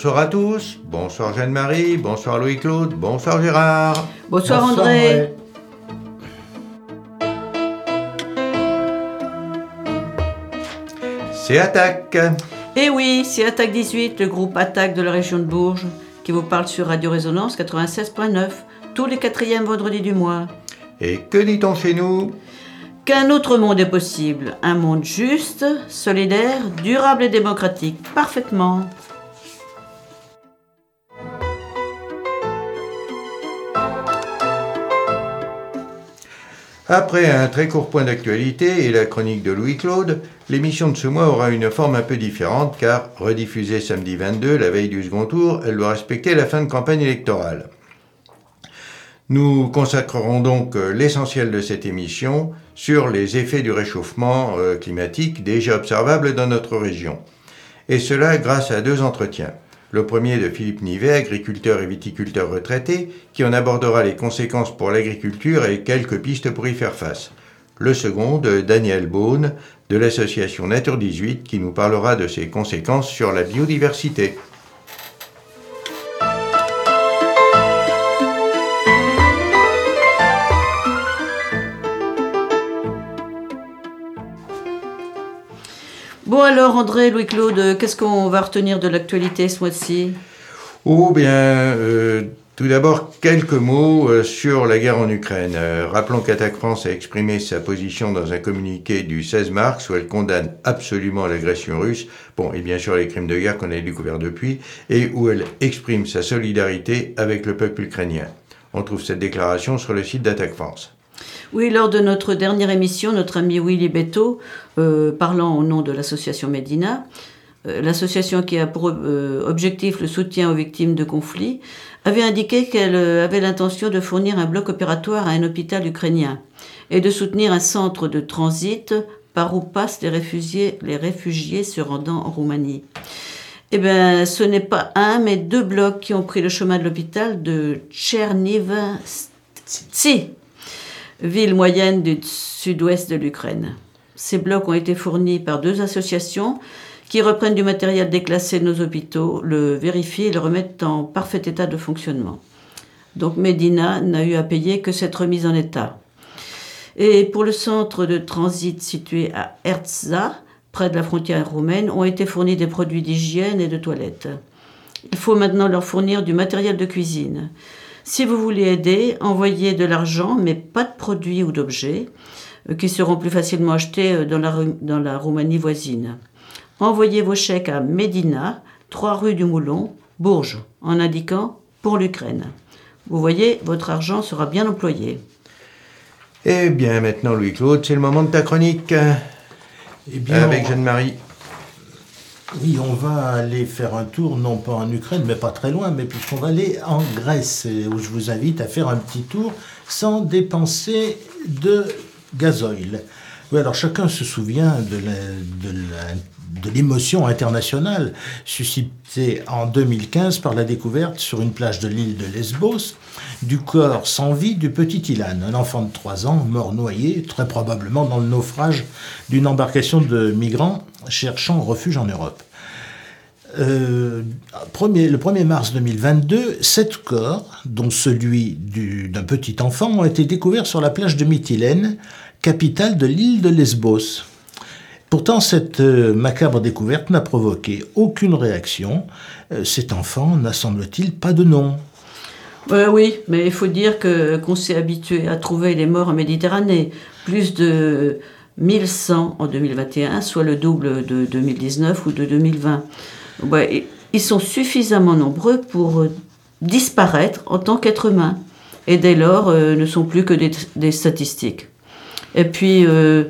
Bonsoir à tous, bonsoir Jeanne-Marie, bonsoir Louis-Claude, bonsoir Gérard. Bonsoir André. C'est Attaque. Eh oui, c'est Attaque 18, le groupe Attaque de la région de Bourges, qui vous parle sur Radio Résonance 96.9, tous les 4e vendredis du mois. Et que dit-on chez nous ? Qu'un autre monde est possible, un monde juste, solidaire, durable et démocratique, parfaitement. Après un très court point d'actualité et la chronique de Louis-Claude, l'émission de ce mois aura une forme un peu différente car, rediffusée samedi 22, la veille du second tour, elle doit respecter la fin de campagne électorale. Nous consacrerons donc l'essentiel de cette émission sur les effets du réchauffement climatique déjà observables dans notre région. Et cela grâce à 2 entretiens. Le premier de Philippe Nivet, agriculteur et viticulteur retraité, qui en abordera les conséquences pour l'agriculture et quelques pistes pour y faire face. Le second de Daniel Beaune, de l'association Nature 18, qui nous parlera de ses conséquences sur la biodiversité. Bon alors André, Louis-Claude, qu'est-ce qu'on va retenir de l'actualité ce mois-ci ? Oh bien, tout d'abord quelques mots sur la guerre en Ukraine. Rappelons qu'Attaque France a exprimé sa position dans un communiqué du 16 mars où elle condamne absolument l'agression russe, bon et bien sûr les crimes de guerre qu'on a découverts depuis, et où elle exprime sa solidarité avec le peuple ukrainien. On trouve cette déclaration sur le site d'Attaque France. Oui, lors de notre dernière émission, notre ami Willy Beto, parlant au nom de l'association Medina, l'association qui a pour objectif le soutien aux victimes de conflits, avait indiqué qu'elle avait l'intention de fournir un bloc opératoire à un hôpital ukrainien et de soutenir un centre de transit par où passent les réfugiés se rendant en Roumanie. Eh bien, ce n'est pas un, mais 2 blocs qui ont pris le chemin de l'hôpital de Tchernivtsi, ville moyenne du sud-ouest de l'Ukraine. Ces blocs ont été fournis par 2 associations qui reprennent du matériel déclassé de nos hôpitaux, le vérifient et le remettent en parfait état de fonctionnement. Donc Medina n'a eu à payer que cette remise en état. Et pour le centre de transit situé à Hertsa, près de la frontière roumaine, ont été fournis des produits d'hygiène et de toilette. Il faut maintenant leur fournir du matériel de cuisine. Si vous voulez aider, envoyez de l'argent, mais pas de produits ou d'objets, qui seront plus facilement achetés dans la Roumanie voisine. Envoyez vos chèques à Medina, 3 rue du Moulon, Bourges, en indiquant « pour l'Ukraine ». Vous voyez, votre argent sera bien employé. Eh bien, maintenant, Louis-Claude, c'est le moment de ta chronique. Eh bien, avec Jeanne-Marie. Oui, on va aller faire un tour, non pas en Ukraine, mais pas très loin, mais puisqu'on va aller en Grèce, où je vous invite à faire un petit tour sans dépenser de gasoil. Oui, alors chacun se souvient de l'émotion internationale suscitée en 2015 par la découverte sur une plage de l'île de Lesbos du corps sans vie du petit Ilan, un enfant de 3 ans mort noyé, très probablement dans le naufrage d'une embarcation de migrants cherchant refuge en Europe. Le 1er mars 2022, 7 corps, dont celui d'un petit enfant, ont été découverts sur la plage de Mytilène, capitale de l'île de Lesbos. Pourtant, cette macabre découverte n'a provoqué aucune réaction. Cet enfant n'a, semble-t-il, pas de nom. Oui, mais il faut dire qu'on s'est habitué à trouver les morts en Méditerranée. Plus de 1100 en 2021, soit le double de 2019 ou de 2020. Ouais, ils sont suffisamment nombreux pour disparaître en tant qu'être humain. Et dès lors, ne sont plus que des statistiques. Et puis,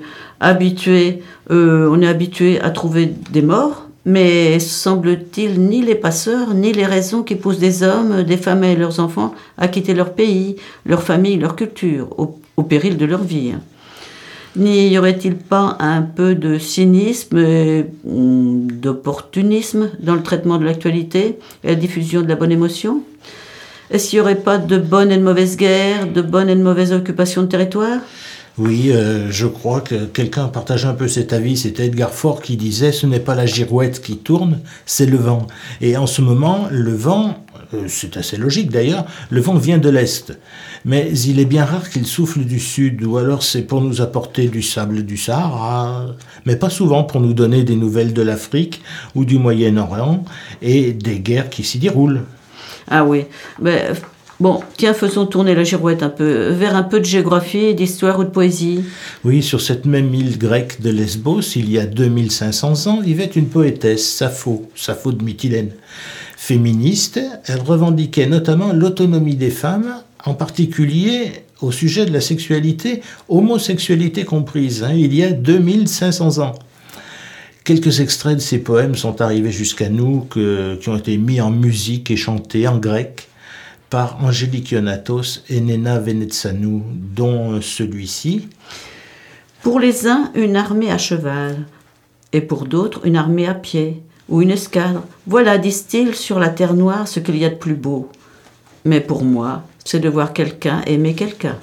on est habitué à trouver des morts, mais semble-t-il ni les passeurs, ni les raisons qui poussent des hommes, des femmes et leurs enfants à quitter leur pays, leur famille, leur culture, au péril de leur vie. N'y aurait-il pas un peu de cynisme et d'opportunisme dans le traitement de l'actualité et la diffusion de la bonne émotion ? Est-ce qu'il n'y aurait pas de bonne et de mauvaise guerre, de bonne et de mauvaise occupation de territoire ? Oui, je crois que quelqu'un partageait un peu cet avis, c'était Edgar Faure qui disait « Ce n'est pas la girouette qui tourne, c'est le vent ». Et en ce moment, le vent, c'est assez logique d'ailleurs, le vent vient de l'Est. Mais il est bien rare qu'il souffle du Sud, ou alors c'est pour nous apporter du sable du Sahara, mais pas souvent pour nous donner des nouvelles de l'Afrique ou du Moyen-Orient et des guerres qui s'y déroulent. Ah oui, mais... Bon, tiens, faisons tourner la girouette un peu, vers un peu de géographie, d'histoire ou de poésie. Oui, sur cette même île grecque de Lesbos, il y a 2500 ans, vivait une poétesse, Sappho de Mytilène. Féministe, elle revendiquait notamment l'autonomie des femmes, en particulier au sujet de la sexualité, homosexualité comprise, il y a 2500 ans. Quelques extraits de ces poèmes sont arrivés jusqu'à nous, qui ont été mis en musique et chantés en grec, par Angélique Ionatos et Nena Venetsanou, dont celui-ci. Pour les uns, une armée à cheval, et pour d'autres, une armée à pied, ou une escadre. Voilà, disent-ils, sur la terre noire ce qu'il y a de plus beau. Mais pour moi, c'est de voir quelqu'un aimer quelqu'un.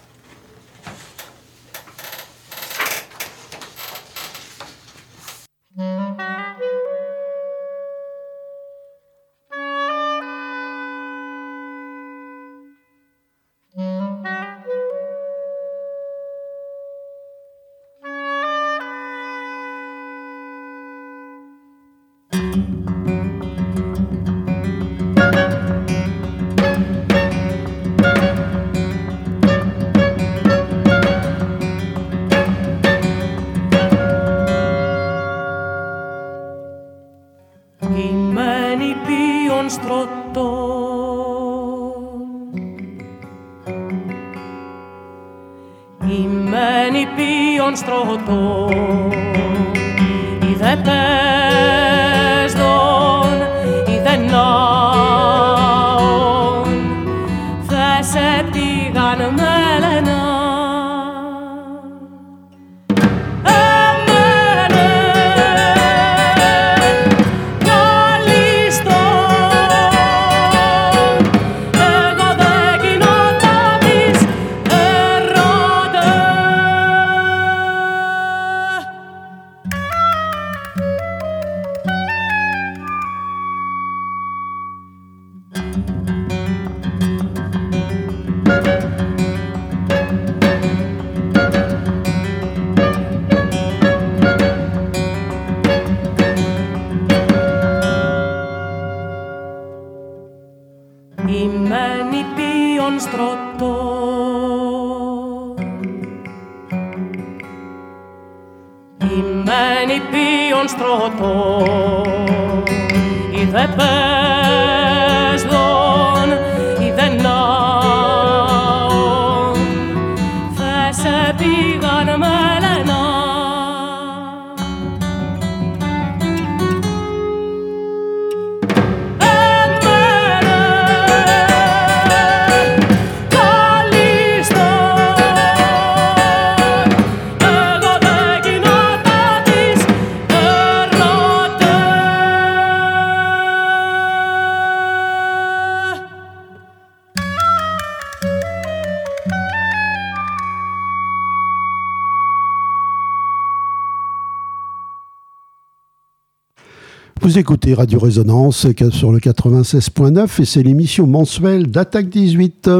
Vous écoutez Radio Résonance sur le 96.9 et c'est l'émission mensuelle d'Attaque 18.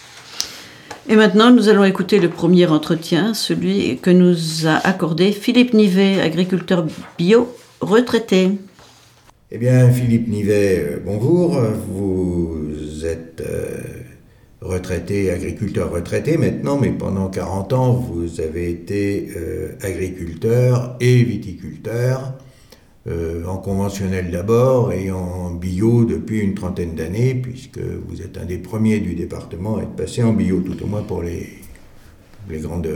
Et maintenant, nous allons écouter le premier entretien, celui que nous a accordé Philippe Nivet, agriculteur bio retraité. Eh bien, Philippe Nivet, bonjour. Vous êtes retraité, agriculteur retraité maintenant, mais pendant 40 ans, vous avez été agriculteur et viticulteur. En conventionnel d'abord et en bio depuis une trentaine d'années, puisque vous êtes un des premiers du département à être passé en bio, tout au moins pour les grandes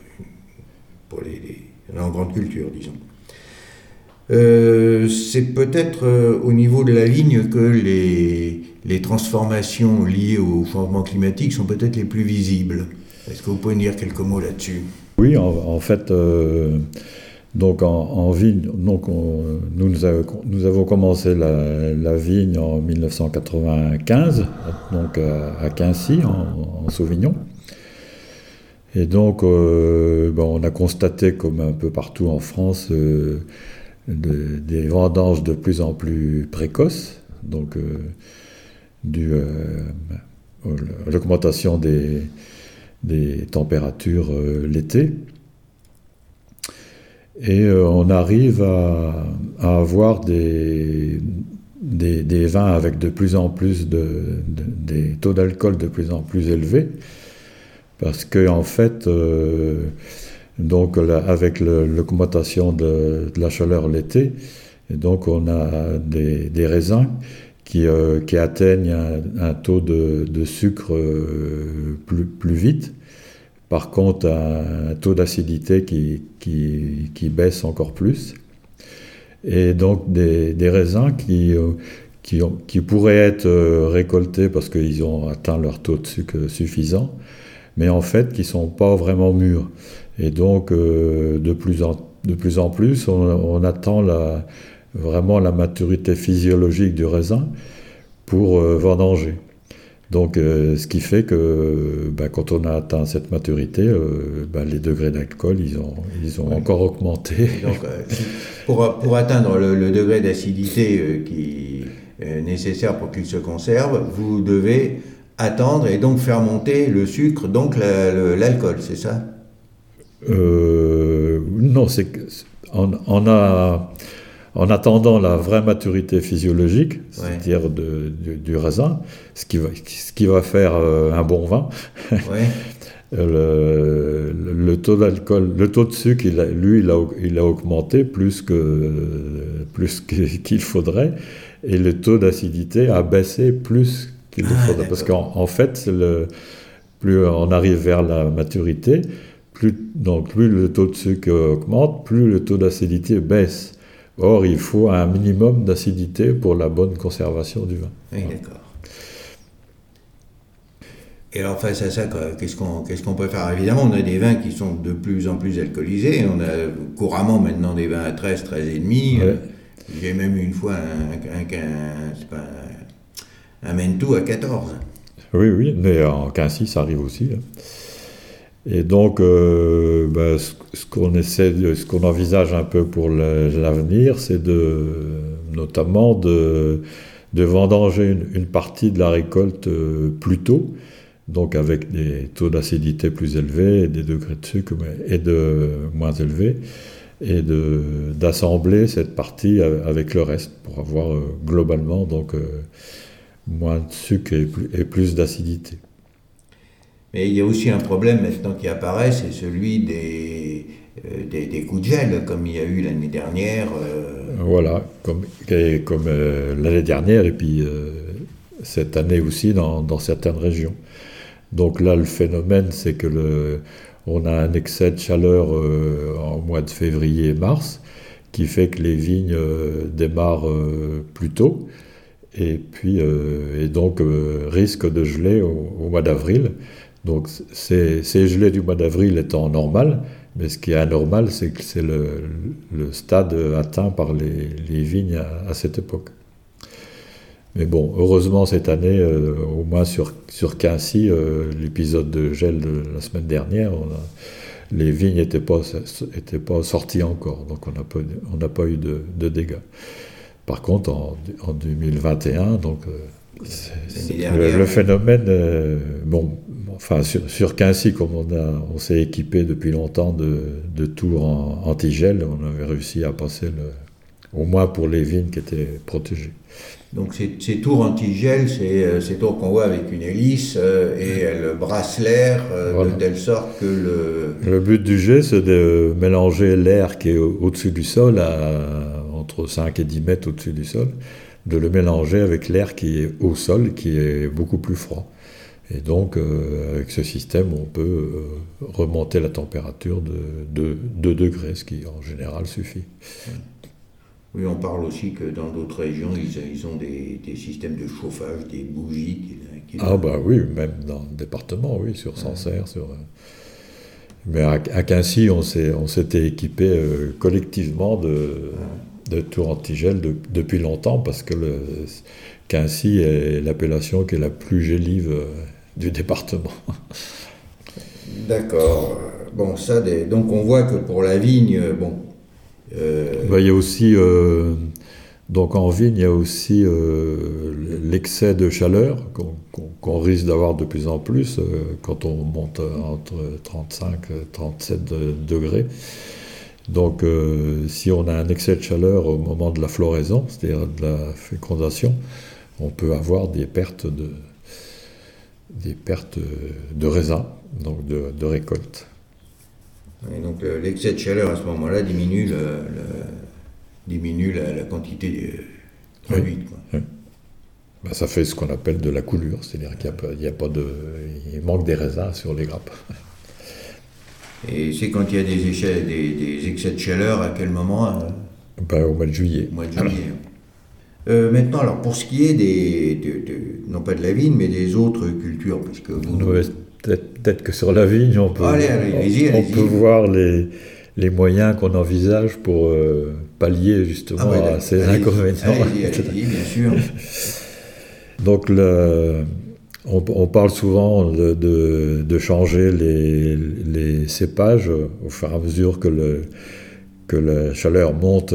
cultures, disons. C'est peut-être au niveau de la ligne que les transformations liées au changement climatique sont peut-être les plus visibles. Est-ce que vous pouvez nous dire quelques mots là-dessus ? Oui, en fait... Donc en vigne, nous avons commencé la vigne en 1995, donc à Quincy, en Sauvignon. Et donc, on a constaté, comme un peu partout en France, des vendanges de plus en plus précoces, donc dû à l'augmentation des températures l'été. Et on arrive à avoir des vins avec de plus en plus des taux d'alcool de plus en plus élevés, parce que en fait, avec l'augmentation de la chaleur l'été, et donc on a des raisins qui atteignent un taux de sucre plus vite. Par contre, un taux d'acidité qui baisse encore plus. Et donc des raisins qui pourraient être récoltés parce qu'ils ont atteint leur taux de sucre suffisant, mais en fait qui ne sont pas vraiment mûrs. Et donc de plus en plus, on attend vraiment la maturité physiologique du raisin pour vendanger. Donc, ce qui fait que quand on a atteint cette maturité, les degrés d'alcool, ils ont encore augmenté. Donc, pour atteindre le degré d'acidité qui est nécessaire pour qu'il se conserve, vous devez attendre et donc faire monter le sucre, donc l'alcool, c'est ça ? Non, c'est en attendant la vraie maturité physiologique, c'est-à-dire du raisin, ce qui va faire un bon vin, le taux d'alcool, le taux de sucre, il a augmenté plus qu'il faudrait, et le taux d'acidité a baissé plus qu'il le faudrait. D'accord. Parce qu'en fait, plus on arrive vers la maturité, plus le taux de sucre augmente, plus le taux d'acidité baisse. Or, il faut un minimum d'acidité pour la bonne conservation du vin. Oui, d'accord. Et alors, face à ça, qu'est-ce qu'on peut faire ? Évidemment, on a des vins qui sont de plus en plus alcoolisés. On a couramment maintenant des vins à 13, 13,5. Ouais. J'ai même eu une fois un Mentou à 14. Oui, mais en 15-6, ça arrive aussi. Et donc, ce qu'on envisage un peu pour l'avenir, c'est notamment de vendanger une partie de la récolte plus tôt, donc avec des taux d'acidité plus élevés, des degrés de sucre moins élevés, et d'assembler cette partie avec le reste pour avoir globalement donc moins de sucre et plus d'acidité. Mais il y a aussi un problème maintenant qui apparaît, c'est celui des coups de gel, comme il y a eu l'année dernière. Voilà, comme l'année dernière, et puis cette année aussi dans certaines régions. Donc là, le phénomène, c'est que on a un excès de chaleur en mois de février et mars, qui fait que les vignes démarrent plus tôt, et donc risquent de geler au mois d'avril. Donc ces gelées du mois d'avril étant normales, mais ce qui est anormal, c'est que c'est le stade atteint par les vignes à cette époque. Mais bon, heureusement cette année, au moins sur Quincy, l'épisode de gel de la semaine dernière, les vignes n'étaient pas sorties encore, donc on n'a pas eu de dégâts. Par contre, en 2021, donc le phénomène, sur Quincy, comme on s'est équipé depuis longtemps de tours anti-gel, on avait réussi à passer au moins pour les vignes qui étaient protégées. Donc ces tours anti-gel, c'est ces tours qu'on voit avec une hélice et elle brasse l'air voilà. De telle sorte que Le but du jet, c'est de mélanger l'air qui est au-dessus du sol, entre 5 et 10 mètres au-dessus du sol, de le mélanger avec l'air qui est au sol, qui est beaucoup plus froid. Et donc, avec ce système, on peut remonter la température de 2 degrés, ce qui en général suffit. Oui, on parle aussi que dans d'autres régions, ils ont des systèmes de chauffage, des bougies. Oui, même dans le département, oui, sur Sancerre. Mais à Quincy, on s'était équipé collectivement de tours anti-gel depuis longtemps, parce que Quincy est l'appellation qui est la plus gélive du département. D'accord. Bon, donc on voit que pour la vigne, Il y a aussi, donc en vigne, il y a aussi l'excès de chaleur qu'on risque d'avoir de plus en plus quand on monte entre 35 et 37 degrés. Donc si on a un excès de chaleur au moment de la floraison, c'est-à-dire de la fécondation, on peut avoir des pertes de raisin, donc de récolte. Et donc l'excès de chaleur à ce moment-là diminue la quantité produite. Quoi. Oui. Ben, ça fait ce qu'on appelle de la coulure, c'est-à-dire qu'il il manque des raisins sur les grappes. Et c'est quand il y a des excès de chaleur, à quel moment Au mois de juillet. Au mois de juillet. Maintenant, alors pour ce qui est non pas de la vigne, mais des autres cultures, puisque vous... Peut-être que sur la vigne, on peut voir les moyens qu'on envisage pour pallier justement à ces inconvénients. Allez-y, bien sûr. Donc, on parle souvent de changer les cépages au fur et à mesure que la chaleur monte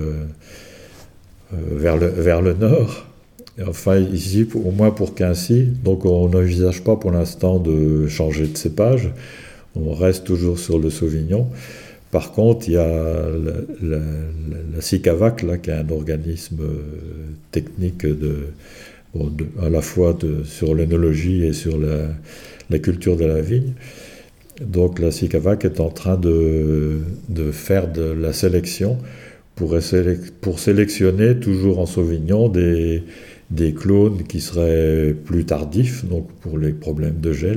vers le nord. Enfin, ici, au moins pour Quincy, donc on n'envisage pas pour l'instant de changer de cépage. On reste toujours sur le Sauvignon. Par contre, il y a la SICAVAC, là, qui est un organisme technique à la fois sur l'œnologie et sur la culture de la vigne. Donc la SICAVAC est en train de faire de la sélection pour sélectionner, toujours en Sauvignon, des clones qui seraient plus tardifs, donc pour les problèmes de gel,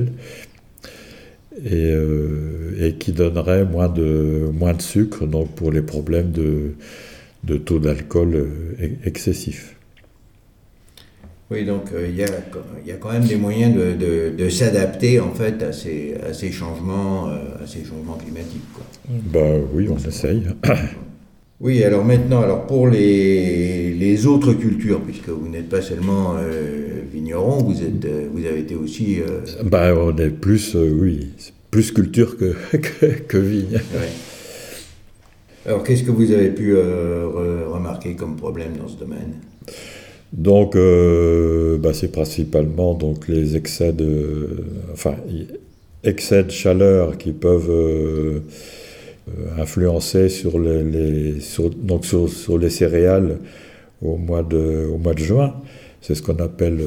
et qui donneraient moins de sucre, donc pour les problèmes de taux d'alcool excessif. Oui, donc il y a quand même des moyens de s'adapter en fait à ces changements climatiques, quoi. Oui, on essaye. Oui, alors maintenant, pour les autres cultures, puisque vous n'êtes pas seulement vigneron, vous avez été aussi... on est plus, plus culture que vigne. Ouais. Alors, qu'est-ce que vous avez pu remarquer comme problème dans ce domaine ? Donc, c'est principalement donc, les excès de chaleur qui peuvent... influencer sur les céréales au mois de juin. C'est ce qu'on appelle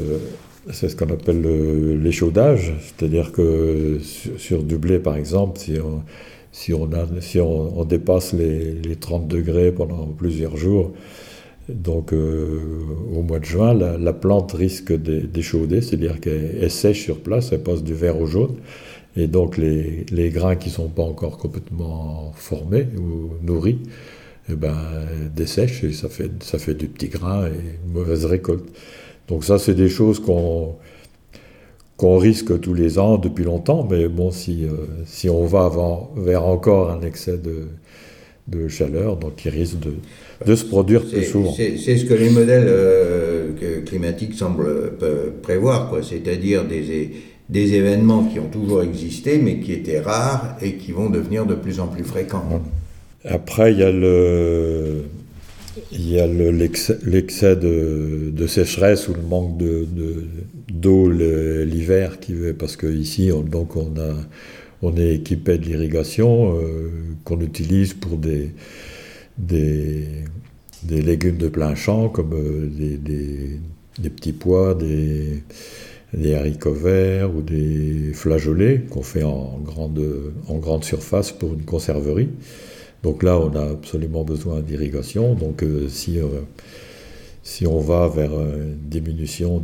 l'échaudage, c'est-à-dire que sur du blé par exemple, si on dépasse les 30 degrés pendant plusieurs jours, donc au mois de juin, la plante risque d'échauder, c'est-à-dire qu'elle sèche sur place, elle passe du vert au jaune. Et donc les grains qui ne sont pas encore complètement formés ou nourris, dessèchent et ça fait du petit grain et une mauvaise récolte. Donc ça, c'est des choses qu'on risque tous les ans depuis longtemps, mais bon, si on va vers encore un excès de chaleur, donc il risque de se produire plus souvent. C'est ce que les modèles climatiques semblent prévoir, quoi. C'est-à-dire des événements qui ont toujours existé, mais qui étaient rares et qui vont devenir de plus en plus fréquents. Après, il y a l'excès de sécheresse ou le manque d'eau l'hiver, parce qu'ici, on est équipé de l'irrigation qu'on utilise pour des légumes de plein champ, comme des petits pois, des haricots verts ou des flageolets qu'on fait en grande surface pour une conserverie. Donc là, on a absolument besoin d'irrigation. Donc si on va vers une diminution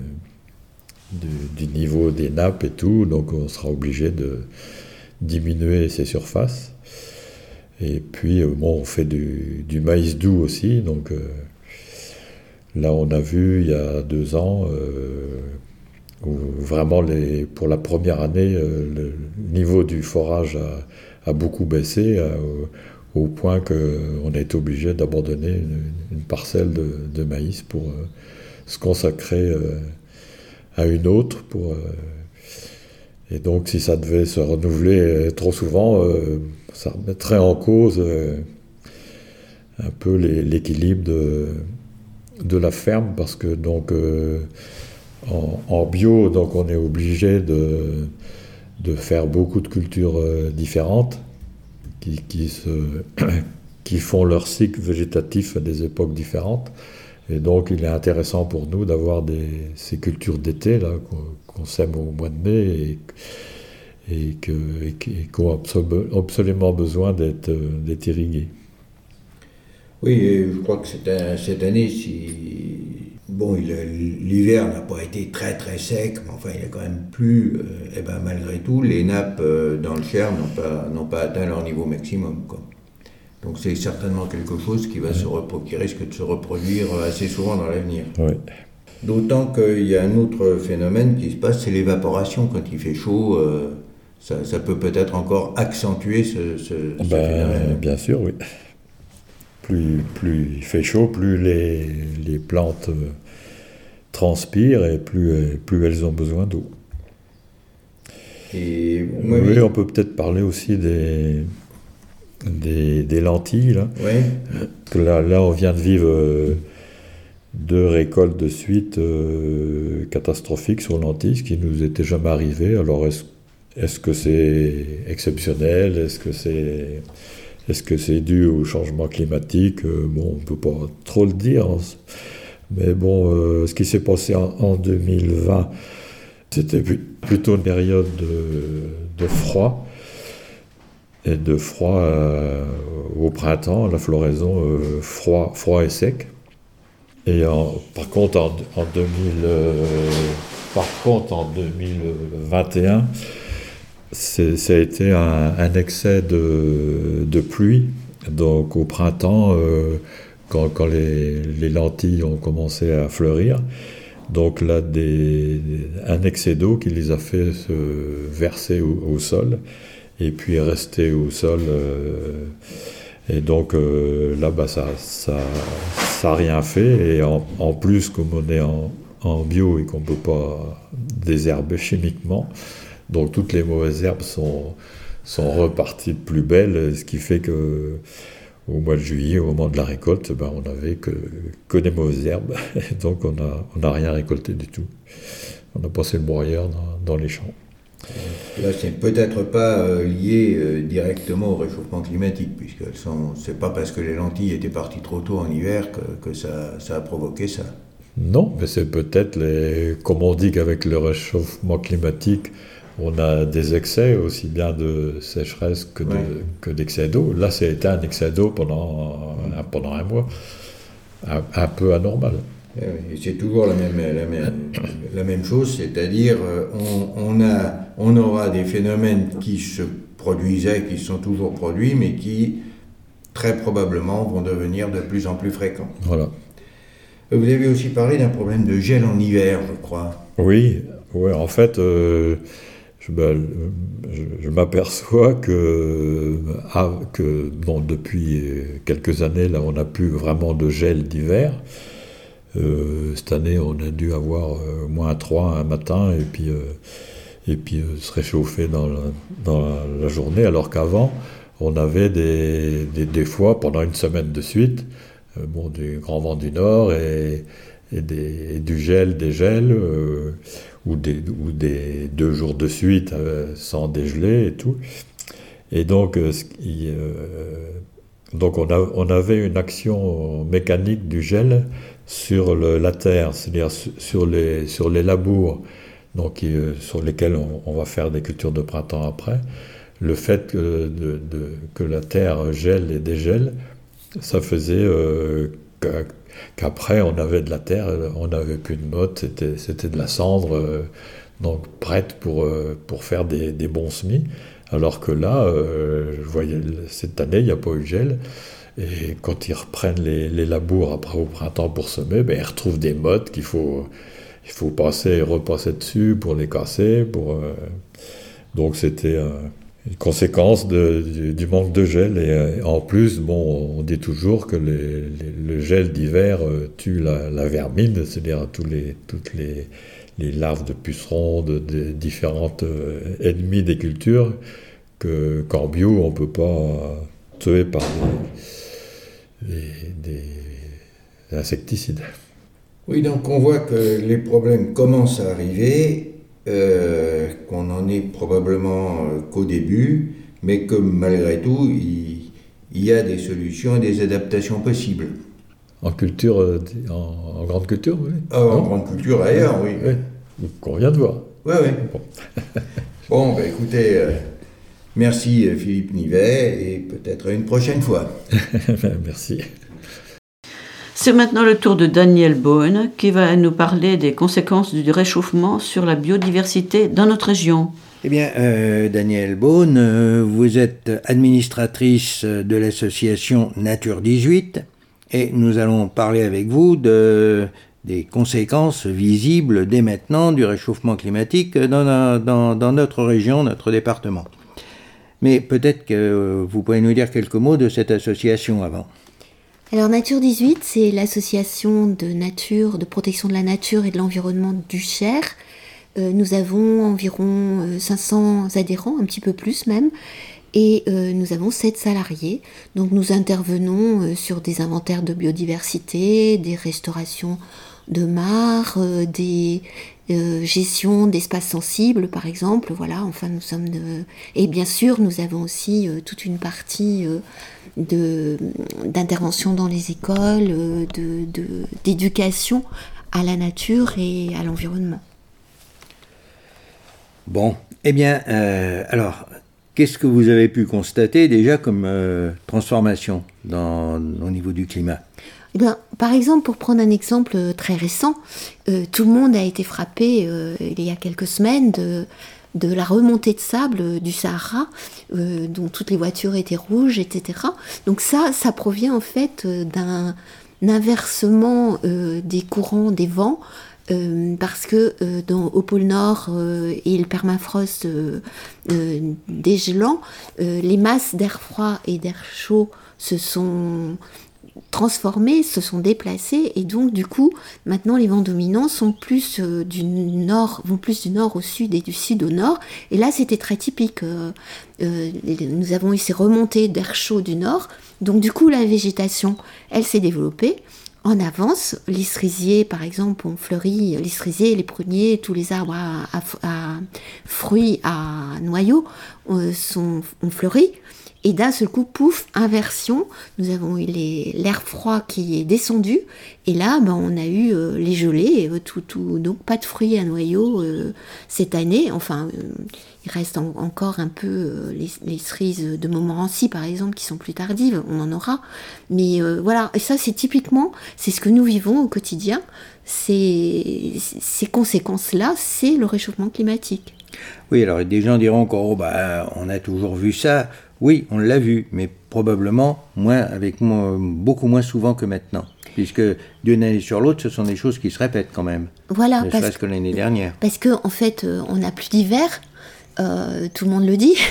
du niveau des nappes et tout, donc on sera obligé de diminuer ces surfaces. Et puis, on fait du maïs doux aussi. Donc là, on a vu il y a 2 ans... où vraiment, pour la première année, le niveau du forage a beaucoup baissé, au point qu'on a été obligé d'abandonner une parcelle de maïs pour se consacrer à une autre. Et donc, si ça devait se renouveler trop souvent, ça remettrait en cause un peu l'équilibre de la ferme, parce que donc en bio, donc on est obligé de faire beaucoup de cultures différentes qui font leur cycle végétatif à des époques différentes. Et donc, il est intéressant pour nous d'avoir ces cultures d'été là qu'on sème au mois de mai et qui ont absolument besoin d'être irriguées. Oui, et je crois que cette année, l'hiver n'a pas été très très sec, mais enfin il a quand même plu. Malgré tout, les nappes dans le Cher n'ont pas atteint leur niveau maximum, quoi. Donc c'est certainement quelque chose qui risque de se reproduire assez souvent dans l'avenir. Oui. D'autant qu'il y a un autre phénomène qui se passe, c'est l'évaporation. Quand il fait chaud, ça peut peut-être encore accentuer ce phénomène. Bien sûr, oui. Plus il fait chaud, plus les plantes transpirent et plus elles ont besoin d'eau. Et oui, on peut peut-être parler aussi des lentilles. Là. Oui. Parce que là, on vient de vivre 2 récoltes de suite catastrophiques sur lentilles, ce qui ne nous était jamais arrivé. Alors, est-ce que c'est exceptionnel ? Est-ce que c'est dû au changement climatique ? On ne peut pas trop le dire. Mais bon, ce qui s'est passé en 2020, c'était plutôt une période de froid. Et de froid au printemps, la floraison froid et sec. Et par contre, en 2021, ça a été un excès de pluie. Donc au printemps, quand les lentilles ont commencé à fleurir, donc là, un excès d'eau qui les a fait se verser au sol. Et puis rester au sol. Et donc là, ça a rien fait. Et en plus, comme on est en bio et qu'on ne peut pas désherber chimiquement, donc toutes les mauvaises herbes sont reparties de plus belle, ce qui fait que au mois de juillet, au moment de la récolte, on n'avait que des mauvaises herbes. Et donc on n'a rien récolté du tout. On a passé le broyeur dans les champs. Là, c'est peut-être pas lié directement au réchauffement climatique, puisque c'est pas parce que les lentilles étaient parties trop tôt en hiver que ça a provoqué ça. Non, mais c'est peut-être, comme on dit qu'avec le réchauffement climatique, on a des excès aussi bien de sécheresse que d'excès d'eau. Là, ça a été un excès d'eau pendant un mois, un peu anormal. Et c'est toujours la même chose, c'est-à-dire on aura des phénomènes qui se produisaient, qui sont toujours produits, mais qui très probablement vont devenir de plus en plus fréquents. Voilà. Vous avez aussi parlé d'un problème de gel en hiver, je crois. Oui, en fait, je m'aperçois que depuis quelques années, là, on n'a plus vraiment de gel d'hiver. Cette année, on a dû avoir -3 un matin et puis se réchauffer dans la journée, alors qu'avant, on avait des fois, pendant une semaine de suite, du grand vent du nord et du gel, des gels, ou des 2 jours de suite sans dégeler et tout. Et donc, on avait une action mécanique du gel sur la terre, c'est-à-dire sur les labours, donc sur lesquels on va faire des cultures de printemps après. Le fait que la terre gèle et dégèle, ça faisait qu'après on avait de la terre, on n'avait plus de motte, c'était de la cendre, donc prête pour faire des bons semis. Alors que là, je voyais, cette année, il n'y a pas eu de gel. Et quand ils reprennent les labours après au printemps pour semer, ils retrouvent des mottes qu'il faut passer et repasser dessus pour les casser. Donc c'était une conséquence du manque de gel. Et en plus, on dit toujours que le gel d'hiver tue la vermine, c'est-à-dire toutes les les larves de pucerons, de différentes ennemis des cultures, qu'en bio, on ne peut pas tuer par des insecticides. Oui, donc on voit que les problèmes commencent à arriver, qu'on n'en est probablement qu'au début, mais que malgré tout, il y a des solutions et des adaptations possibles. En culture, en grande culture, oui. En grande culture ailleurs, oui. Qu'on vient de voir. Oui. Bon, écoutez, merci Philippe Nivet, et peut-être à une prochaine fois. Merci. C'est maintenant le tour de Daniel Bohn qui va nous parler des conséquences du réchauffement sur la biodiversité dans notre région. Eh bien, Daniel Bohn, vous êtes administratrice de l'association Nature 18 et nous allons parler avec vous des conséquences visibles dès maintenant du réchauffement climatique dans notre région, notre département. Mais peut-être que vous pouvez nous dire quelques mots de cette association avant. Alors Nature 18, c'est l'association de protection de la nature et de l'environnement du Cher. Nous avons environ 500 adhérents, un petit peu plus même, et nous avons 7 salariés. Donc nous intervenons sur des inventaires de biodiversité, des restaurations de mares, des gestions d'espaces sensibles par exemple. Voilà, enfin nous sommes et bien sûr nous avons aussi toute une partie d'intervention dans les écoles, d'éducation à la nature et à l'environnement. Bon, eh bien, alors, qu'est-ce que vous avez pu constater déjà comme transformation au niveau du climat ? Eh bien, par exemple, pour prendre un exemple très récent, tout le monde a été frappé il y a quelques semaines de la remontée de sable du Sahara, dont toutes les voitures étaient rouges, etc. Donc ça provient en fait d'un inversement des courants, des vents, parce que au pôle Nord et le permafrost dégelant, les masses d'air froid et d'air chaud se sont transformés, se sont déplacés, et donc du coup maintenant les vents dominants sont vont plus du nord au sud et du sud au nord, et là c'était très typique. Nous avons eu ces remontées d'air chaud du nord, donc du coup la végétation elle s'est développée en avance. Les cerisiers par exemple ont fleuri, les cerisiers, les pruniers, tous les arbres à fruits, à noyaux ont fleuri. Et d'un seul coup, pouf, inversion, nous avons eu l'air froid qui est descendu, et là, on a eu les gelées, donc pas de fruits à noyaux cette année. Enfin, il reste encore un peu les cerises de Montmorency, par exemple, qui sont plus tardives, on en aura. Mais voilà, et ça, c'est ce que nous vivons au quotidien. Ces conséquences-là, c'est le réchauffement climatique. Oui, alors des gens diront qu'on on a toujours vu ça. Oui, on l'a vu, mais probablement beaucoup moins souvent que maintenant. Puisque d'une année sur l'autre, ce sont des choses qui se répètent quand même. Voilà, ne serait-ce que l'année dernière. Parce qu'en fait, on n'a plus d'hiver, tout le monde le dit,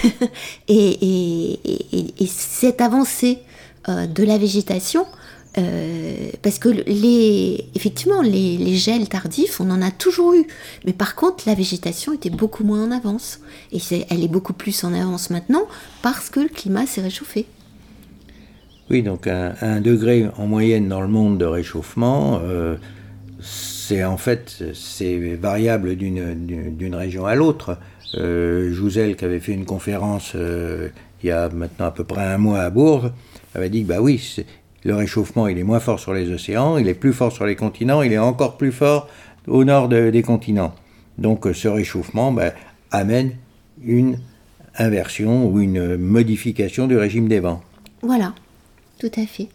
et cette avancée de la végétation, parce que effectivement, les gels tardifs, on en a toujours eu. Mais par contre, la végétation était beaucoup moins en avance. Et elle est beaucoup plus en avance maintenant parce que le climat s'est réchauffé. Oui, donc un degré en moyenne dans le monde de réchauffement, c'est variable d'une région à l'autre. Jouzel, qui avait fait une conférence il y a maintenant à peu près un mois à Bourges, avait dit que le réchauffement, il est moins fort sur les océans, il est plus fort sur les continents, il est encore plus fort au nord des continents. Donc ce réchauffement amène une inversion ou une modification du régime des vents. Voilà, tout à fait.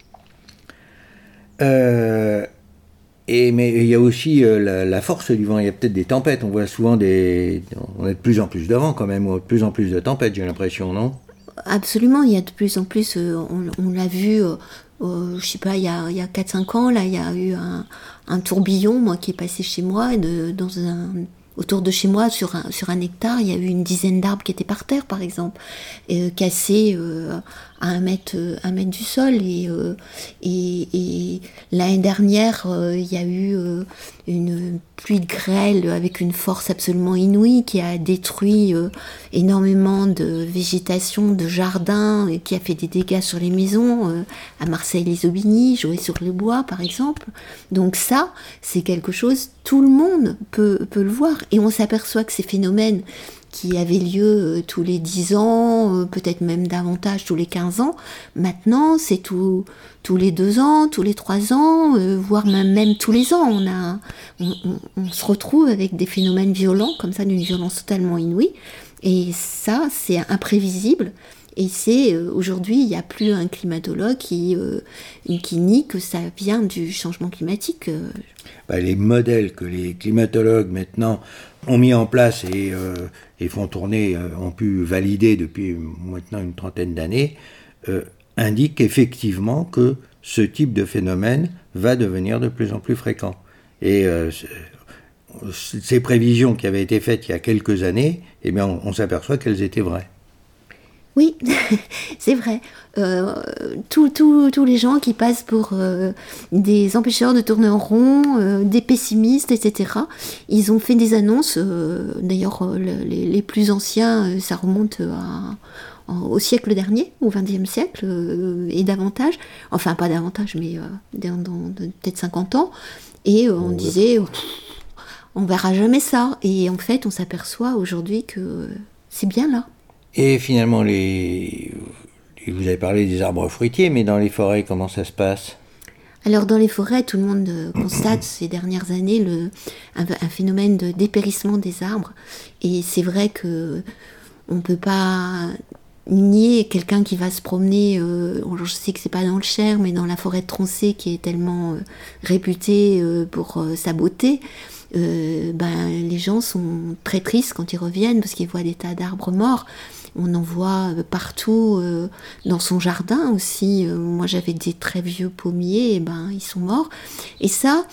Mais il y a aussi la force du vent, il y a peut-être des tempêtes, on voit souvent on a de plus en plus de vent quand même, ou de plus en plus de tempêtes, j'ai l'impression, non ? Absolument, il y a de plus en plus, on l'a vu, je sais pas, il y a 4-5 ans, là, il y a eu un tourbillon, qui est passé chez moi, dans Autour de chez moi, sur un hectare, il y a eu une dizaine d'arbres qui étaient par terre, par exemple, cassés à 1 mètre du sol. Et l'année dernière, il y a eu une pluie de grêle avec une force absolument inouïe qui a détruit énormément de végétation, de jardins, et qui a fait des dégâts sur les maisons, à Marseille-les-Aubigny, Joué-sur-le-Bois, par exemple. Donc ça, c'est quelque chose, tout le monde peut le voir. Et on s'aperçoit que ces phénomènes qui avaient lieu tous les 10 ans, peut-être même davantage tous les 15 ans, maintenant c'est tous les 2 ans, tous les 3 ans, voire même tous les ans. On se retrouve avec des phénomènes violents, comme ça, d'une violence totalement inouïe. Et ça, c'est imprévisible. Et c'est aujourd'hui, il n'y a plus un climatologue qui nie que ça vient du changement climatique. Les modèles que les climatologues maintenant ont mis en place et font tourner, ont pu valider depuis maintenant une trentaine d'années, indiquent effectivement que ce type de phénomène va devenir de plus en plus fréquent. Et ces prévisions qui avaient été faites il y a quelques années, eh bien, on s'aperçoit qu'elles étaient vraies. Oui, c'est vrai. Tous les gens qui passent pour des empêcheurs de tourner en rond, des pessimistes, etc., ils ont fait des annonces. D'ailleurs, les plus anciens, ça remonte au siècle dernier, au XXe siècle, et davantage. Enfin, pas davantage, mais dans peut-être 50 ans. Et on disait, on verra jamais ça. Et en fait, on s'aperçoit aujourd'hui que c'est bien là. Et finalement, vous avez parlé des arbres fruitiers, mais dans les forêts, comment ça se passe ? Alors dans les forêts, tout le monde constate ces dernières années un phénomène de dépérissement des arbres. Et c'est vrai que on ne peut pas nier quelqu'un qui va se promener, je sais que c'est pas dans le Cher, mais dans la forêt de Troncé, qui est tellement réputée pour sa beauté. Les gens sont très tristes quand ils reviennent parce qu'ils voient des tas d'arbres morts. On en voit partout, dans son jardin aussi. Moi j'avais des très vieux pommiers, et ils sont morts. Et ça,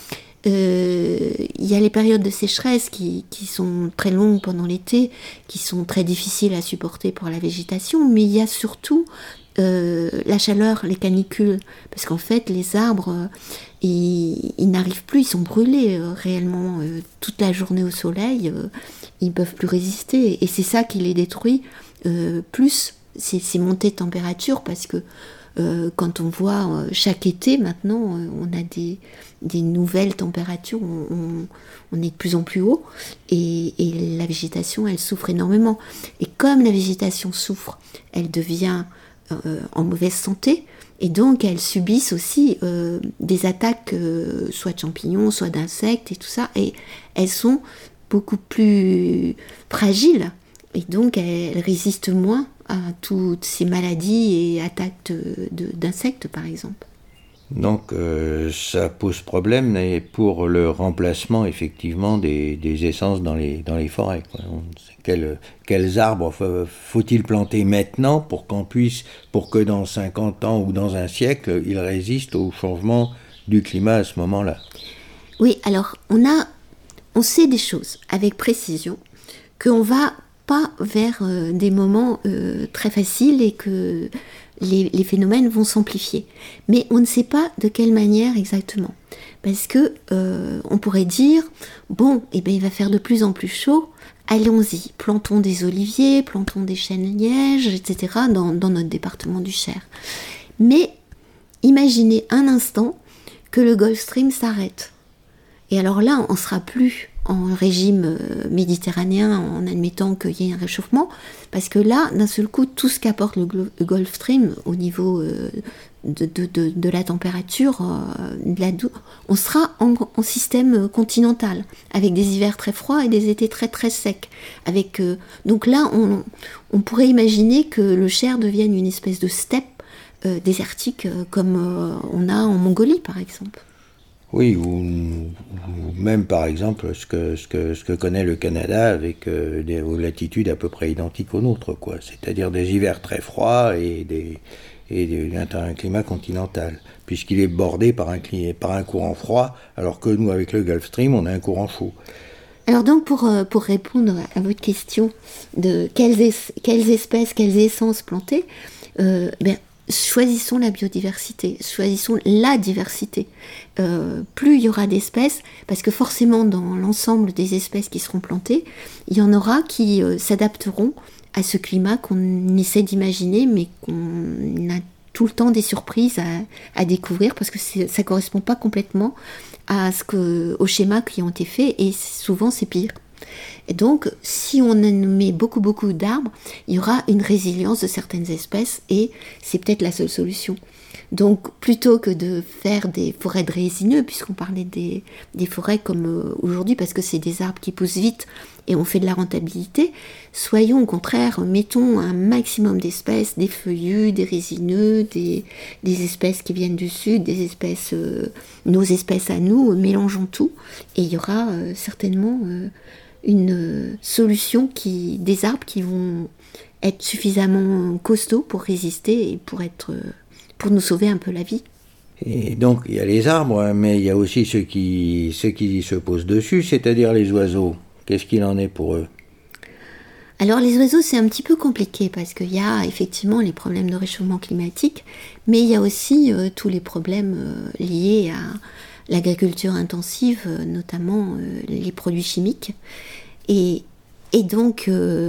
il y a les périodes de sécheresse qui sont très longues pendant l'été, qui sont très difficiles à supporter pour la végétation, mais il y a surtout la chaleur, les canicules, parce qu'en fait les arbres ils n'arrivent plus, ils sont brûlés réellement toute la journée au soleil, ils ne peuvent plus résister, et c'est ça qui les détruit, plus ces montées de température, parce que quand on voit chaque été maintenant, on a des nouvelles températures, on est de plus en plus haut, et la végétation elle souffre énormément, et comme la végétation souffre, elle devient en mauvaise santé, et donc elles subissent aussi des attaques soit de champignons, soit d'insectes et tout ça, et elles sont beaucoup plus fragiles, et donc elles résistent moins à toutes ces maladies et attaques d'insectes par exemple. Donc ça pose problème pour le remplacement effectivement des essences dans les forêts, quoi. Quels arbres faut-il planter maintenant pour que dans 50 ans ou dans un siècle, ils résistent au changement du climat à ce moment-là ? Oui, alors on sait des choses avec précision, qu'on va pas vers des moments très faciles et que les phénomènes vont s'amplifier. Mais on ne sait pas de quelle manière exactement. Parce que on pourrait dire, il va faire de plus en plus chaud, allons-y, plantons des oliviers, plantons des chênes-lièges, etc. dans notre département du Cher. Mais imaginez un instant que le Gulf Stream s'arrête. Et alors là, on ne sera plus en régime méditerranéen en admettant qu'il y ait un réchauffement, parce que là, d'un seul coup, tout ce qu'apporte le Gulf Stream au niveau de la température, on sera en système continental, avec des hivers très froids et des étés très très secs. Donc là, on pourrait imaginer que le Cher devienne une espèce de steppe désertique comme on a en Mongolie, par exemple. Oui, ou même par exemple ce que connaît le Canada avec des latitudes à peu près identiques aux nôtres, quoi. C'est-à-dire des hivers très froids et un climat continental, puisqu'il est bordé par un courant froid, alors que nous, avec le Gulf Stream, on a un courant chaud. Alors donc pour répondre à votre question de quelles espèces, quelles essences planter, choisissons la biodiversité, choisissons la diversité. Plus il y aura d'espèces, parce que forcément dans l'ensemble des espèces qui seront plantées, il y en aura qui s'adapteront à ce climat qu'on essaie d'imaginer, mais qu'on a tout le temps des surprises à découvrir, parce que ça ne correspond pas complètement aux schémas qui ont été faits, et souvent c'est pire. Et donc, si on met beaucoup d'arbres, il y aura une résilience de certaines espèces, et c'est peut-être la seule solution. Donc, plutôt que de faire des forêts de résineux, puisqu'on parlait des forêts comme aujourd'hui, parce que c'est des arbres qui poussent vite et on fait de la rentabilité, soyons au contraire, mettons un maximum d'espèces, des feuillus, des résineux, des espèces qui viennent du sud, des espèces, nos espèces à nous, mélangeons tout, et il y aura certainement une solution des arbres qui vont être suffisamment costauds pour résister et pour nous sauver un peu la vie. Et donc il y a les arbres, mais il y a aussi ceux qui se posent dessus, c'est-à-dire les oiseaux. Qu'est-ce qu'il en est pour eux ? Alors les oiseaux, c'est un petit peu compliqué parce qu'il y a effectivement les problèmes de réchauffement climatique, mais il y a aussi tous les problèmes liés à l'agriculture intensive, notamment les produits chimiques. Et donc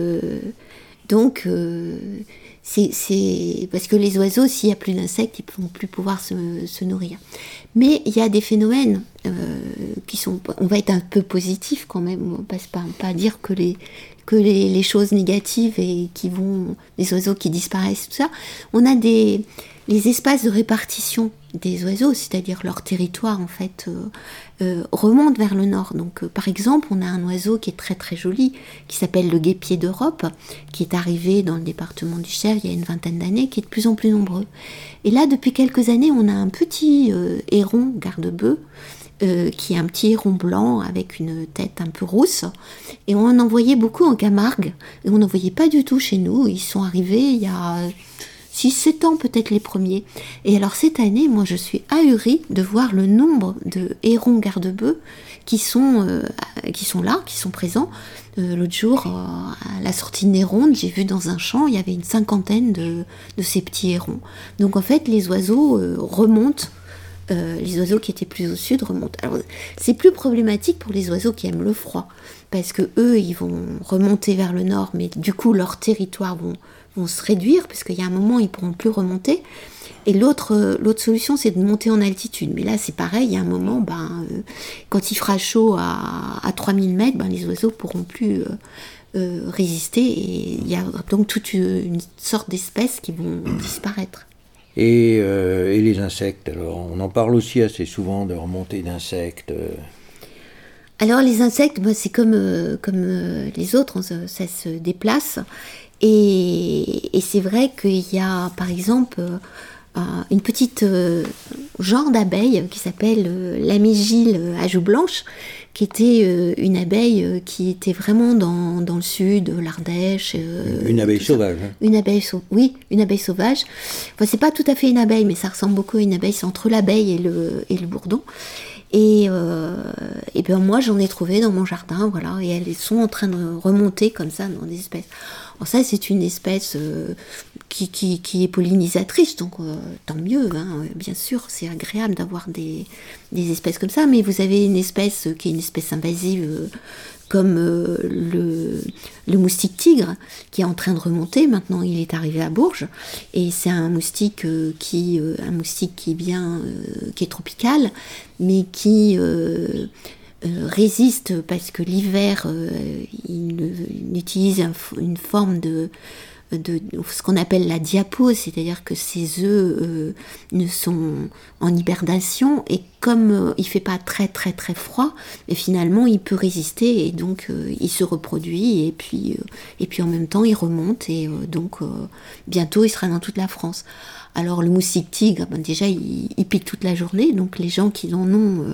c'est parce que les oiseaux, s'il n'y a plus d'insectes, ils ne vont plus pouvoir se nourrir. Mais il y a des phénomènes qui sont... On va être un peu positif quand même, on ne passe pas dire que les choses négatives et les oiseaux qui disparaissent, tout ça. On a les espaces de répartition des oiseaux, c'est-à-dire leur territoire en fait, remonte vers le nord. Donc par exemple, on a un oiseau qui est très très joli, qui s'appelle le guêpier d'Europe, qui est arrivé dans le département du Cher il y a une 20aine d'années, qui est de plus en plus nombreux. Et là, depuis quelques années, on a un petit héron garde-bœuf, qui est un petit héron blanc avec une tête un peu rousse, et on en voyait beaucoup en Camargue, et on n'en voyait pas du tout chez nous. Ils sont arrivés il y a 6-7 ans peut-être les premiers. Et alors cette année, moi je suis ahurie de voir le nombre de hérons garde-bœuf qui sont là, qui sont présents. L'autre jour, à la sortie de Néronde, j'ai vu dans un champ, il y avait une 50aine de ces petits hérons. Donc en fait, les oiseaux remontent. Les oiseaux qui étaient plus au sud remontent. Alors, c'est plus problématique pour les oiseaux qui aiment le froid, parce que eux, ils vont remonter vers le nord, mais du coup, leurs territoires vont se réduire, parce qu'il y a un moment, ils ne pourront plus remonter. Et l'autre solution, c'est de monter en altitude. Mais là, c'est pareil, il y a un moment, quand il fera chaud à 3000 mètres, les oiseaux ne pourront plus résister, et il y a donc toute une sorte d'espèces qui vont disparaître. Et les insectes, alors on en parle aussi assez souvent de remontée d'insectes. Alors les insectes, c'est comme les autres, ça se déplace. Et c'est vrai qu'il y a par exemple une petite genre d'abeille qui s'appelle l'amygile à joues blanches, qui était une abeille qui était vraiment dans le sud, l'Ardèche. Une abeille sauvage. Hein. Une abeille sauvage. Enfin, c'est pas tout à fait une abeille, mais ça ressemble beaucoup à une abeille. C'est entre l'abeille et le bourdon. Et bien moi, j'en ai trouvé dans mon jardin, voilà. Et elles sont en train de remonter comme ça dans des espèces. Alors ça, c'est une espèce qui est pollinisatrice, donc tant mieux, hein, bien sûr, c'est agréable d'avoir des espèces comme ça, mais vous avez une espèce qui est une espèce invasive comme le moustique tigre, qui est en train de remonter. Maintenant, il est arrivé à Bourges, et c'est un moustique qui est tropical, mais qui résiste parce que l'hiver, il utilise une forme de ce qu'on appelle la diapause, c'est-à-dire que ses œufs ne sont en hibernation, et comme il fait pas très très très froid, et finalement il peut résister, et donc il se reproduit, et puis en même temps il remonte, et donc bientôt il sera dans toute la France. Alors le moustique tigre, déjà il pique toute la journée, donc les gens qui en ont,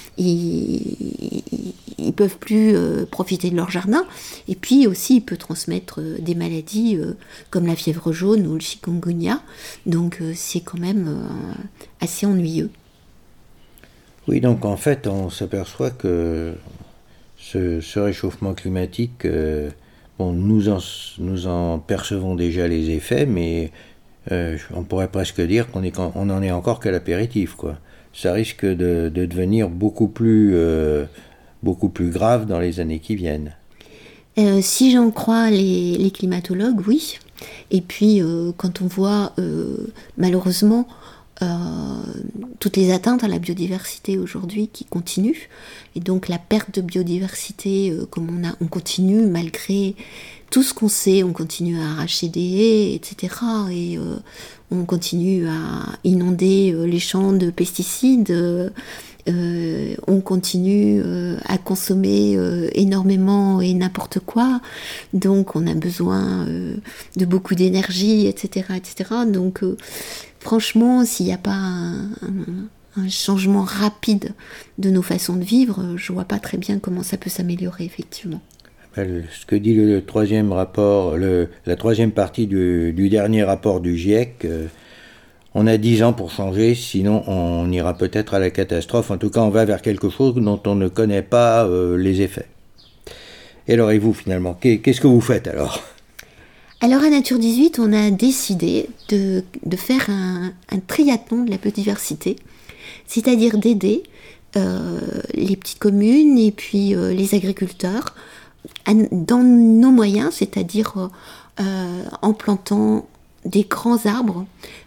ils peuvent plus profiter de leur jardin. Et puis aussi il peut transmettre des maladies comme la fièvre jaune ou le chikungunya, donc c'est quand même assez ennuyeux. Oui, donc en fait on s'aperçoit que ce réchauffement climatique, nous en percevons déjà les effets, mais on pourrait presque dire qu'on n'en est encore qu'à l'apéritif, quoi. Ça risque de devenir beaucoup plus grave dans les années qui viennent. Si j'en crois les climatologues, oui. Et puis, quand on voit malheureusement toutes les atteintes à la biodiversité aujourd'hui qui continuent, et donc la perte de biodiversité, comme on continue malgré tout ce qu'on sait, on continue à arracher des haies, etc. Et on continue à inonder les champs de pesticides. On continue à consommer énormément et n'importe quoi, donc on a besoin de beaucoup d'énergie, etc. Donc franchement, s'il n'y a pas un changement rapide de nos façons de vivre, je ne vois pas très bien comment ça peut s'améliorer, effectivement. Ce que dit le troisième rapport, la troisième partie du dernier rapport du GIEC, on a 10 ans pour changer, sinon on ira peut-être à la catastrophe. En tout cas, on va vers quelque chose dont on ne connaît pas les effets. Et alors, et vous, finalement, qu'est-ce que vous faites alors ? Alors, à Nature 18, on a décidé de faire un triathlon de la biodiversité, c'est-à-dire d'aider les petites communes et puis les agriculteurs dans nos moyens, c'est-à-dire en plantant des grands arbres,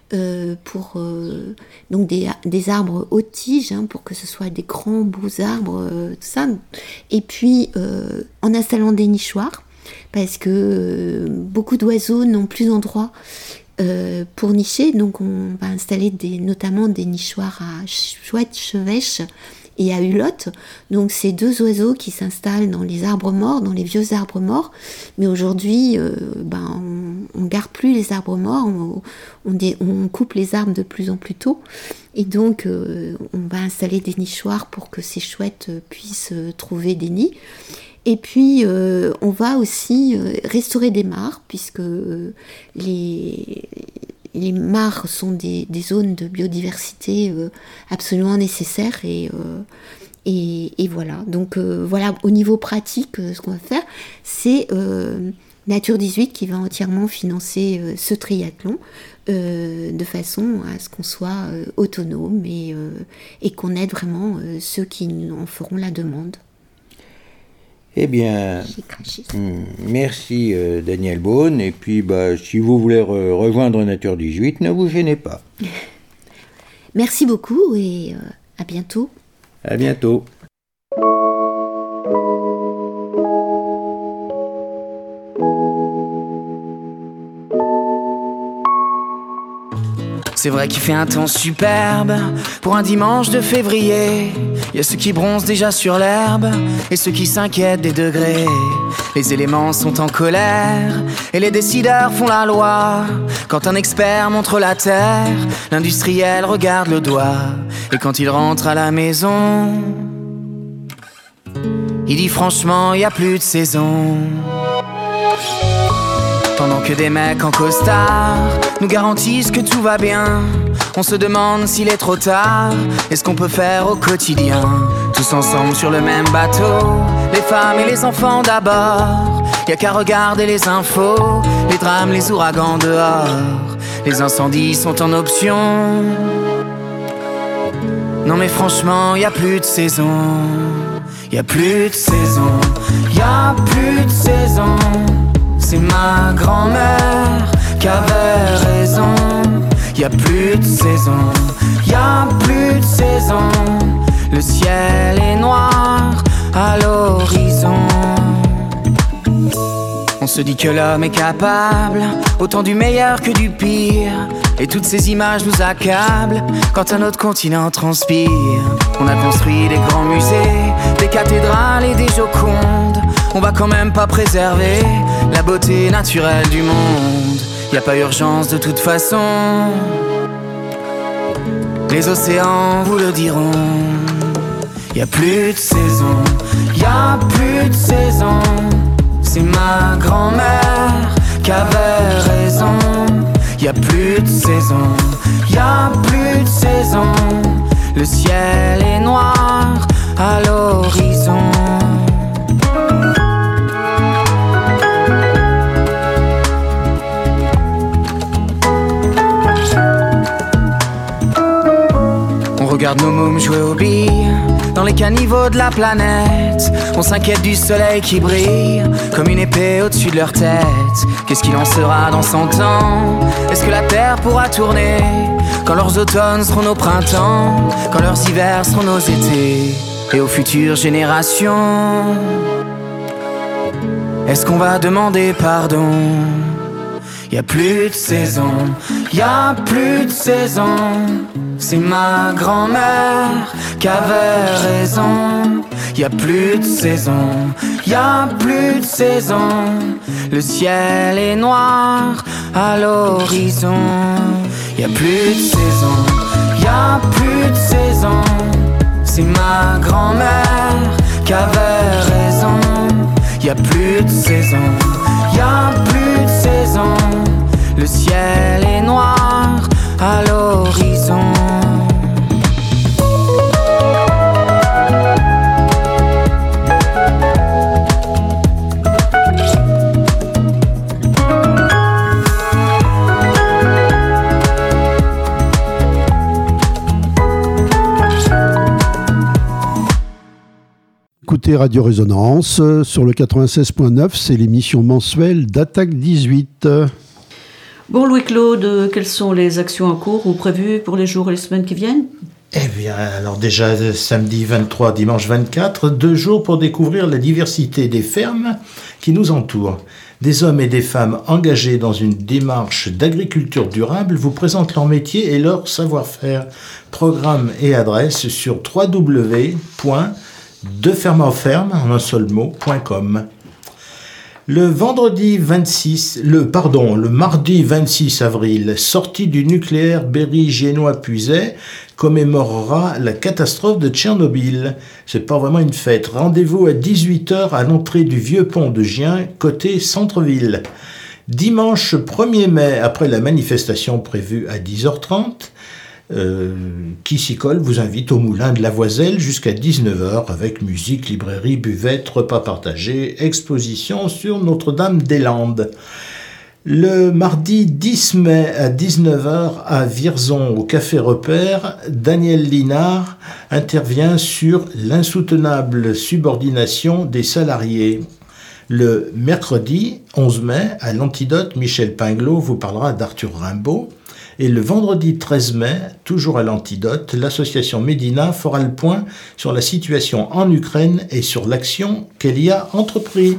donc des arbres haute tige, pour que ce soit des grands beaux arbres, tout ça. Et puis en installant des nichoirs, parce que beaucoup d'oiseaux n'ont plus d'endroit pour nicher, donc on va installer notamment des nichoirs à chouette, chevêche et à hulotte. Donc c'est 2 oiseaux qui s'installent dans les arbres morts, dans les vieux arbres morts. Mais aujourd'hui, on garde plus les arbres morts, on coupe les arbres de plus en plus tôt. Et donc on va installer des nichoirs pour que ces chouettes puissent trouver des nids. Et puis on va aussi restaurer des mares, puisque les mares sont des zones de biodiversité absolument nécessaires et voilà. Donc voilà, au niveau pratique, ce qu'on va faire, c'est Nature 18 qui va entièrement financer ce triathlon de façon à ce qu'on soit autonome et qu'on aide vraiment ceux qui en feront la demande. Eh bien, merci Daniel Beaune. Et puis, si vous voulez rejoindre Nature 18, ne vous gênez pas. Merci beaucoup et à bientôt. À bientôt. C'est vrai qu'il fait un temps superbe pour un dimanche de février. Il y a ceux qui bronzent déjà sur l'herbe et ceux qui s'inquiètent des degrés. Les éléments sont en colère et les décideurs font la loi. Quand un expert montre la terre, l'industriel regarde le doigt. Et quand il rentre à la maison, il dit franchement, il n'y a plus de saison. Pendant que des mecs en costard nous garantissent que tout va bien, on se demande s'il est trop tard et ce qu'on peut faire au quotidien. Tous ensemble sur le même bateau, les femmes et les enfants d'abord. Y'a qu'à regarder les infos, les drames, les ouragans dehors. Les incendies sont en option. Non mais franchement, y a plus de saison. Y a plus de saison. Y a plus de saison. C'est ma grand-mère qui avait raison. Y a plus de saison, y a plus de saison. Le ciel est noir à l'horizon. On se dit que l'homme est capable autant du meilleur que du pire. Et toutes ces images nous accablent quand un autre continent transpire. On a construit des grands musées, des cathédrales et des jocondes. On va quand même pas préserver la beauté naturelle du monde. Y a pas urgence de toute façon. Les océans vous le diront. Y a plus de saison, y a plus de saison. C'est ma grand-mère qui avait raison. Y a plus de saison, y a plus de saison. Le ciel est noir à l'horizon. regarde nos mômes jouer aux billes dans les caniveaux de la planète. On s'inquiète du soleil qui brille comme une épée au-dessus de leur tête. Qu'est-ce qu'il en sera dans 100 ans? Est-ce que la terre pourra tourner quand leurs automnes seront nos printemps, quand leurs hivers seront nos étés? Et aux futures générations, est-ce qu'on va demander pardon? Y a plus de saison, y a plus de saison. C'est ma grand-mère qui avait raison. Y a plus de saison, y a plus de saison. Le ciel est noir à l'horizon. Y a plus de saison, y a plus de saison. C'est ma grand-mère qui avait raison. Y a plus de saison, y a plus de saison. Le ciel est noir à l'horizon. Écoutez Radio Résonance sur le 96.9, c'est l'émission mensuelle d'Attaque 18. Bon, Louis-Claude, quelles sont les actions en cours ou prévues pour les jours et les semaines qui viennent? Eh bien, alors déjà, samedi 23, dimanche 24, 2 jours pour découvrir la diversité des fermes qui nous entourent. Des hommes et des femmes engagés dans une démarche d'agriculture durable vous présentent leur métier et leur savoir-faire. Programme et adresse sur www.defermeenferme, en un seul mot.com. Le mardi 26 avril, sortie du nucléaire Berry-Génois-Puisaye commémorera la catastrophe de Tchernobyl. C'est pas vraiment une fête. Rendez-vous à 18h à l'entrée du vieux pont de Gien, côté centre-ville. Dimanche 1er mai, après la manifestation prévue à 10h30, qui s'y colle vous invite au moulin de la Voiselle jusqu'à 19h avec musique, librairie, buvette, repas partagés, exposition sur Notre-Dame-des-Landes. Le mardi 10 mai à 19h à Vierzon au Café Repère, Daniel Linard intervient sur l'insoutenable subordination des salariés. Le mercredi 11 mai à l'Antidote, Michel Pinglot vous parlera d'Arthur Rimbaud. Et le vendredi 13 mai, toujours à l'Antidote, l'association Médina fera le point sur la situation en Ukraine et sur l'action qu'elle y a entreprise.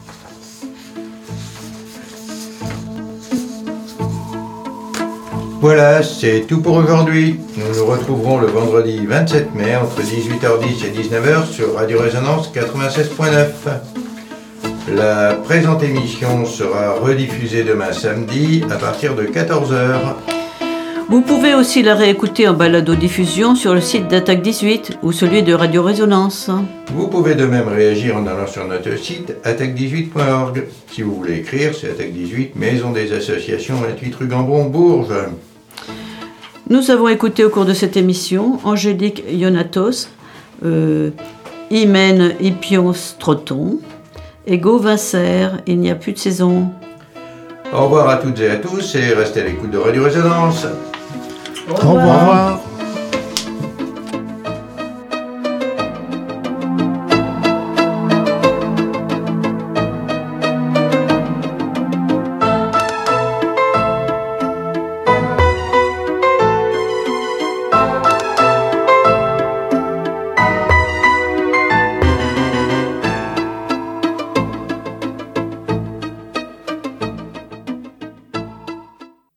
Voilà, c'est tout pour aujourd'hui. Nous nous retrouverons le vendredi 27 mai entre 18h10 et 19h sur Radio Résonance 96.9. La présente émission sera rediffusée demain samedi à partir de 14h. Vous pouvez aussi la réécouter en balado-diffusion sur le site d'Attaque 18 ou celui de Radio Résonance. Vous pouvez de même réagir en allant sur notre site attaque18.org. Si vous voulez écrire, c'est Attaque 18, Maison des Associations, 28 rue Gambon, Bourges. Nous avons écouté au cours de cette émission Angélique Ionatos, Imen Ipion Stroton, Ego Vincer, Il n'y a plus de saison. Au revoir à toutes et à tous et restez à l'écoute de Radio Résonance. Au revoir.